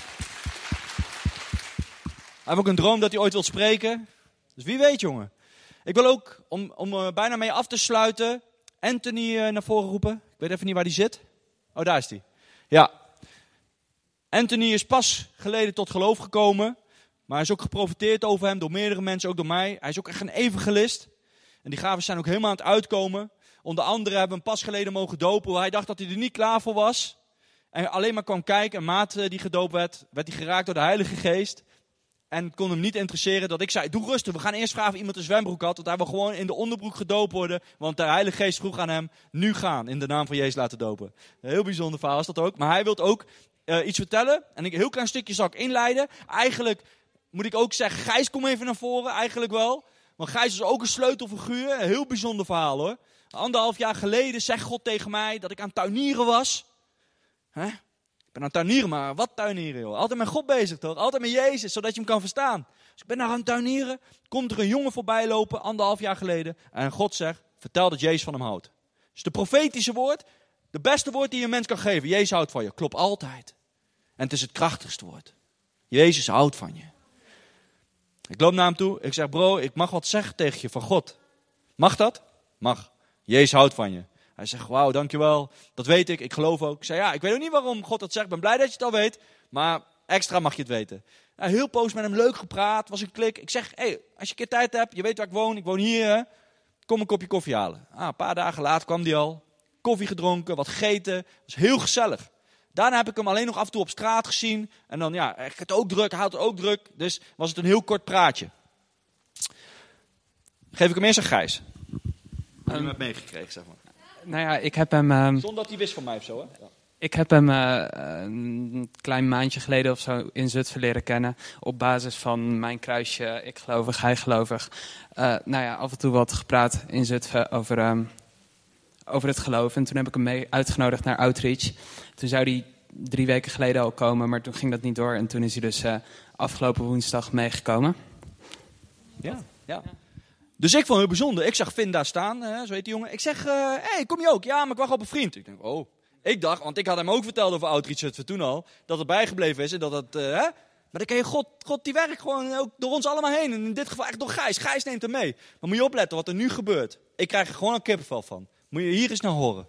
Hij heeft ook een droom dat hij ooit wil spreken. Dus wie weet, jongen. Ik wil ook, om, om uh, bijna mee af te sluiten, Anthony uh, naar voren roepen. Ik weet even niet waar hij zit. Oh, daar is hij. Ja. Anthony is pas geleden tot geloof gekomen. Maar hij is ook geprofiteerd over hem door meerdere mensen, ook door mij. Hij is ook echt een evangelist. En die gaven zijn ook helemaal aan het uitkomen. Onder andere hebben we hem pas geleden mogen dopen. Hij dacht dat hij er niet klaar voor was. En alleen maar kwam kijken. Een maat die gedoopt werd, werd hij geraakt door de Heilige Geest. En het kon hem niet interesseren dat ik zei, doe rustig. We gaan eerst vragen of iemand een zwembroek had. Want hij wil gewoon in de onderbroek gedoopt worden. Want de Heilige Geest vroeg aan hem, nu gaan. In de naam van Jezus laten dopen. Een heel bijzonder verhaal is dat ook. Maar hij wil ook uh, iets vertellen. En een heel klein stukje zal ik inleiden. Eigenlijk moet ik ook zeggen, Gijs, kom even naar voren, eigenlijk wel. Want Gijs is ook een sleutelfiguur, een heel bijzonder verhaal hoor. Anderhalf jaar geleden zegt God tegen mij dat ik aan het tuinieren was. Hè? Ik ben aan het tuinieren, maar wat tuinieren joh? Altijd met God bezig toch? Altijd met Jezus, zodat je hem kan verstaan. Dus ik ben daar aan het tuinieren, komt er een jongen voorbij lopen, anderhalf jaar geleden. En God zegt, vertel dat Jezus van hem houdt. Dus de profetische woord, de beste woord die je een mens kan geven. Jezus houdt van je, klopt altijd. En het is het krachtigste woord. Jezus houdt van je. Ik loop naar hem toe. Ik zeg, bro, ik mag wat zeggen tegen je van God. Mag dat? Mag. Jezus houdt van je. Hij zegt, wauw, dankjewel. Dat weet ik. Ik geloof ook. Ik zei, ja, ik weet ook niet waarom God dat zegt. Ik ben blij dat je het al weet. Maar extra mag je het weten. Nou, heel poos met hem leuk gepraat. Was een klik. Ik zeg, hé, hey, als je een keer tijd hebt. Je weet waar ik woon. Ik woon hier. Hè? Kom een kopje koffie halen. Ah, een paar dagen later kwam die al. Koffie gedronken. Wat gegeten. Was heel gezellig. Daarna heb ik hem alleen nog af en toe op straat gezien. En dan, ja, ik het ook druk, hij had het ook druk. Dus was het een heel kort praatje. Geef ik hem eerst aan Gijs. Heb je hem hebt meegekregen, zeg maar. Nou ja, ik heb hem... Um, Zonder dat hij wist van mij of zo, hè? Ja. Ik heb hem uh, een klein maandje geleden of zo in Zutphen leren kennen. Op basis van mijn kruisje, ik gelovig, hij gelovig. Uh, nou ja, af en toe wat gepraat in Zutphen over... Um, over het geloof. En toen heb ik hem mee uitgenodigd naar Outreach. Toen zou hij drie weken geleden al komen, maar toen ging dat niet door. En toen is hij dus uh, afgelopen woensdag meegekomen. Ja, ja. Dus ik vond het heel bijzonder. Ik zag Finn daar staan, hè, zo heet die jongen. Ik zeg, hé, uh, hey, kom je ook? Ja, maar ik wacht op een vriend. Ik denk, oh. Ik dacht, want ik had hem ook verteld over Outreach Zutphen toen al, dat het bijgebleven is en dat het, uh, hè. Maar dan kan je, God, God die werkt gewoon ook door ons allemaal heen. En in dit geval echt door Gijs. Gijs neemt hem mee. Maar moet je opletten wat er nu gebeurt. Ik krijg er gewoon een kippenvel van. Moet je hier eens naar horen.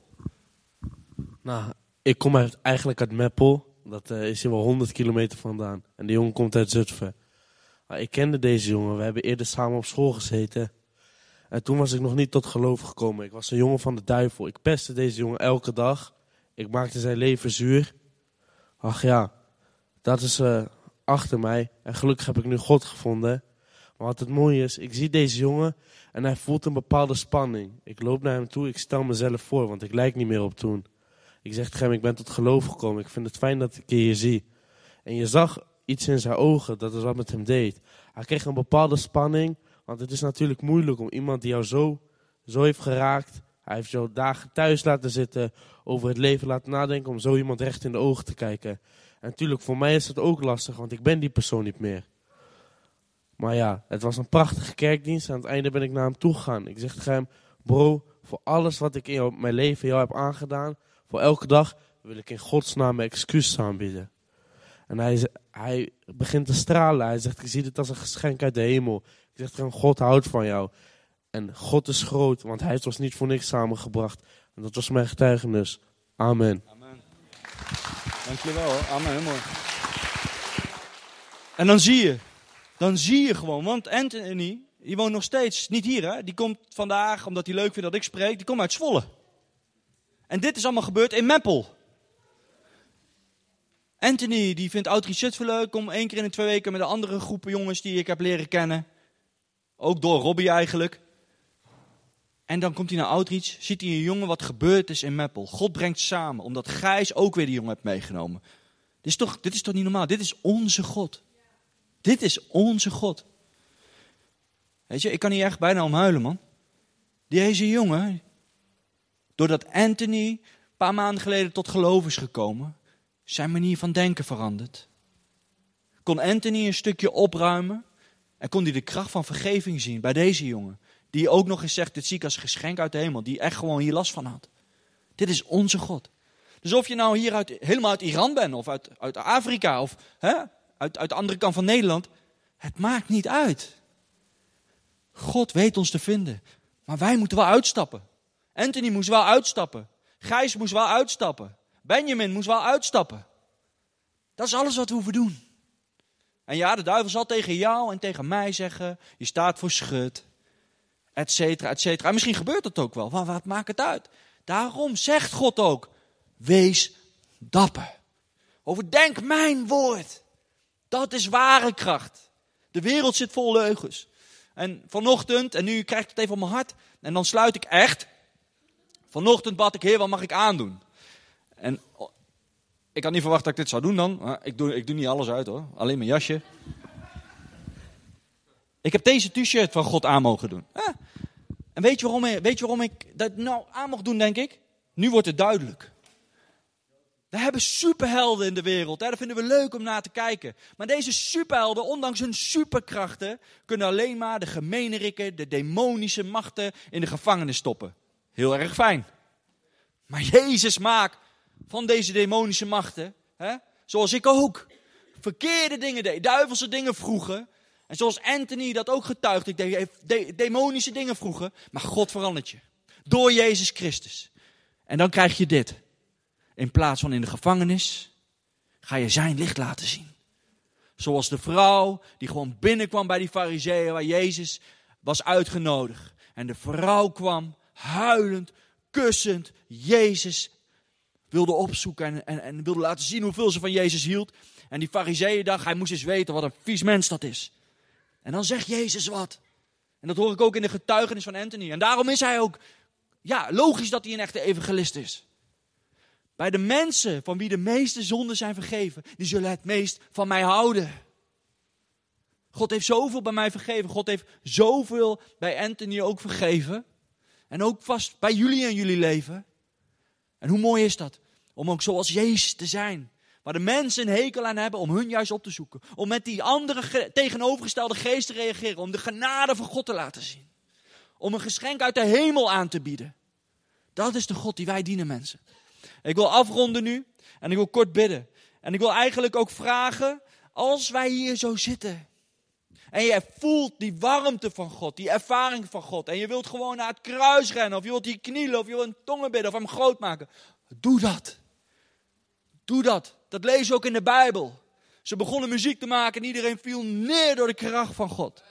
Nou, ik kom uit, eigenlijk uit Meppel. Dat uh, is hier wel honderd kilometer vandaan. En de jongen komt uit Zutphen. Maar ik kende deze jongen. We hebben eerder samen op school gezeten. En toen was ik nog niet tot geloof gekomen. Ik was een jongen van de duivel. Ik pestte deze jongen elke dag. Ik maakte zijn leven zuur. Ach ja, dat is uh, achter mij. En gelukkig heb ik nu God gevonden. Maar wat het mooie is, ik zie deze jongen en hij voelt een bepaalde spanning. Ik loop naar hem toe, ik stel mezelf voor, want ik lijk niet meer op toen. Ik zeg tegen hem, ik ben tot geloof gekomen. Ik vind het fijn dat ik je hier zie. En je zag iets in zijn ogen, dat is wat met hem deed. Hij kreeg een bepaalde spanning, want het is natuurlijk moeilijk om iemand die jou zo, zo heeft geraakt. Hij heeft jou dagen thuis laten zitten, over het leven laten nadenken, om zo iemand recht in de ogen te kijken. En natuurlijk, voor mij is het ook lastig, want ik ben die persoon niet meer. Maar ja, het was een prachtige kerkdienst. Aan het einde ben ik naar hem toe gegaan. Ik zeg tegen hem, bro, voor alles wat ik in jou, mijn leven jou heb aangedaan, voor elke dag wil ik in Gods naam mijn excuses aanbieden. En hij, hij begint te stralen. Hij zegt, ik zie dit als een geschenk uit de hemel. Ik zeg tegen hem, God houdt van jou. En God is groot, want hij heeft ons niet voor niks samengebracht. En dat was mijn getuigenis. Amen. Amen. Dankjewel hoor. Amen, mooi. En dan zie je, dan zie je gewoon, want Anthony, die woont nog steeds niet hier hè. Die komt vandaag, omdat hij leuk vindt dat ik spreek, die komt uit Zwolle. En dit is allemaal gebeurd in Meppel. Anthony, die vindt Outreach Zutphen leuk, kom één keer in de twee weken met de andere groepen jongens die ik heb leren kennen. Ook door Robbie eigenlijk. En dan komt hij naar Outreach, ziet hij een jongen wat gebeurd is in Meppel. God brengt samen, omdat Gijs ook weer die jongen heeft meegenomen. Dit is toch, dit is toch niet normaal? Dit is onze God. Dit is onze God. Weet je, ik kan hier echt bijna om huilen, man. Deze jongen, doordat Anthony een paar maanden geleden tot geloof is gekomen, zijn manier van denken veranderd. Kon Anthony een stukje opruimen en kon hij de kracht van vergeving zien bij deze jongen. Die ook nog eens zegt, dit zie ik als geschenk uit de hemel. Die echt gewoon hier last van had. Dit is onze God. Dus of je nou hier uit, helemaal uit Iran bent, of uit, uit Afrika, of hè, uit, uit de andere kant van Nederland. Het maakt niet uit. God weet ons te vinden. Maar wij moeten wel uitstappen. Anthony moest wel uitstappen. Gijs moest wel uitstappen. Benjamin moest wel uitstappen. Dat is alles wat we hoeven doen. En ja, de duivel zal tegen jou en tegen mij zeggen, je staat voor schut. Et cetera, et cetera. En misschien gebeurt dat ook wel. Maar wat maakt het uit? Daarom zegt God ook, wees dapper. Overdenk mijn woord. Dat is ware kracht. De wereld zit vol leugens. En vanochtend, en nu krijg ik het even op mijn hart, en dan sluit ik echt. Vanochtend bad ik, Heer, wat mag ik aandoen? En ik had niet verwacht dat ik dit zou doen dan. Maar ik doe, ik doe niet alles uit hoor, alleen mijn jasje. Ik heb deze t-shirt van God aan mogen doen. Ja. En weet je, waarom, weet je waarom ik dat nou aan mocht doen, denk ik? Nu wordt het duidelijk. We hebben superhelden in de wereld. Hè? Dat vinden we leuk om naar te kijken. Maar deze superhelden, ondanks hun superkrachten, kunnen alleen maar de gemeenerikken, de demonische machten in de gevangenis stoppen. Heel erg fijn. Maar Jezus maakt van deze demonische machten, hè, zoals ik ook, verkeerde dingen deed, duivelse dingen vroegen. En zoals Anthony dat ook getuigt, ik deed de, demonische dingen vroegen. Maar God verandert je. Door Jezus Christus. En dan krijg je dit. In plaats van in de gevangenis, ga je zijn licht laten zien. Zoals de vrouw die gewoon binnenkwam bij die farizeeën waar Jezus was uitgenodigd. En de vrouw kwam huilend, kussend, Jezus wilde opzoeken en, en, en wilde laten zien hoeveel ze van Jezus hield. En die farizeeën dachten, hij moest eens weten wat een vies mens dat is. En dan zegt Jezus wat. En dat hoor ik ook in de getuigenis van Anthony. En daarom is hij ook, ja, logisch dat hij een echte evangelist is. Bij de mensen van wie de meeste zonden zijn vergeven, die zullen het meest van mij houden. God heeft zoveel bij mij vergeven. God heeft zoveel bij Anthony ook vergeven. En ook vast bij jullie en jullie leven. En hoe mooi is dat? Om ook zoals Jezus te zijn. Waar de mensen een hekel aan hebben om hun juist op te zoeken. Om met die andere ge- tegenovergestelde geest te reageren. Om de genade van God te laten zien. Om een geschenk uit de hemel aan te bieden. Dat is de God die wij dienen, mensen. Ik wil afronden nu. En ik wil kort bidden. En ik wil eigenlijk ook vragen. Als wij hier zo zitten. En je voelt die warmte van God. Die ervaring van God. En je wilt gewoon naar het kruis rennen. Of je wilt hier knielen. Of je wilt een tongen bidden. Of hem groot maken. Doe dat. Doe dat. Dat lezen we ook in de Bijbel. Ze begonnen muziek te maken en iedereen viel neer door de kracht van God.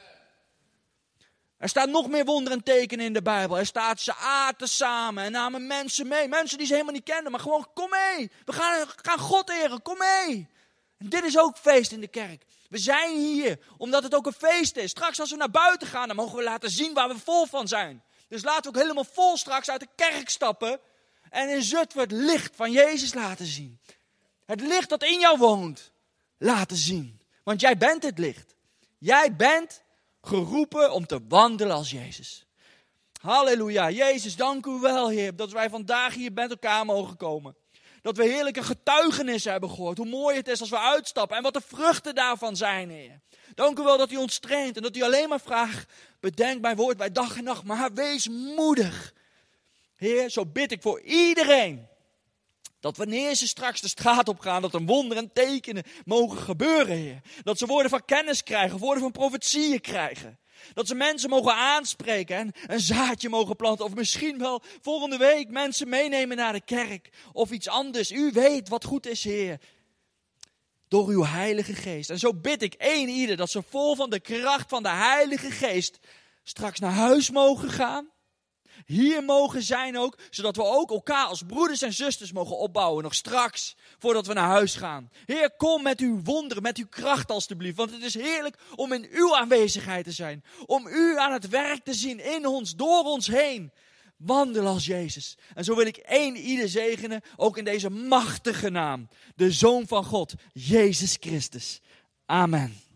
Er staat nog meer wonderen en tekenen in de Bijbel. Er staat, ze aten samen en namen mensen mee. Mensen die ze helemaal niet kenden, maar gewoon kom mee. We gaan, gaan God eren, kom mee. En dit is ook feest in de kerk. We zijn hier omdat het ook een feest is. Straks als we naar buiten gaan, dan mogen we laten zien waar we vol van zijn. Dus laten we ook helemaal vol straks uit de kerk stappen. En in Zutphen het licht van Jezus laten zien. Het licht dat in jou woont, laten zien. Want jij bent het licht. Jij bent geroepen om te wandelen als Jezus. Halleluja. Jezus, dank u wel, Heer, dat wij vandaag hier met elkaar mogen komen. Dat we heerlijke getuigenissen hebben gehoord. Hoe mooi het is als we uitstappen en wat de vruchten daarvan zijn, Heer. Dank u wel dat u ons traint en dat u alleen maar vraagt, bedenk mijn woord bij dag en nacht, maar wees moedig. Heer, zo bid ik voor iedereen Dat wanneer ze straks de straat op gaan, dat er wonderen en tekenen mogen gebeuren, Heer. Dat ze woorden van kennis krijgen, woorden van profetieën krijgen. Dat ze mensen mogen aanspreken en een zaadje mogen planten. Of misschien wel volgende week mensen meenemen naar de kerk. Of iets anders. U weet wat goed is, Heer. Door uw Heilige Geest. En zo bid ik één ieder dat ze vol van de kracht van de Heilige Geest straks naar huis mogen gaan. Hier mogen zijn ook, zodat we ook elkaar als broeders en zusters mogen opbouwen. Nog straks, voordat we naar huis gaan. Heer, kom met uw wonderen, met uw kracht alstublieft. Want het is heerlijk om in uw aanwezigheid te zijn. Om u aan het werk te zien, in ons, door ons heen. Wandel als Jezus. En zo wil ik één ieder zegenen, ook in deze machtige naam. De Zoon van God, Jezus Christus. Amen.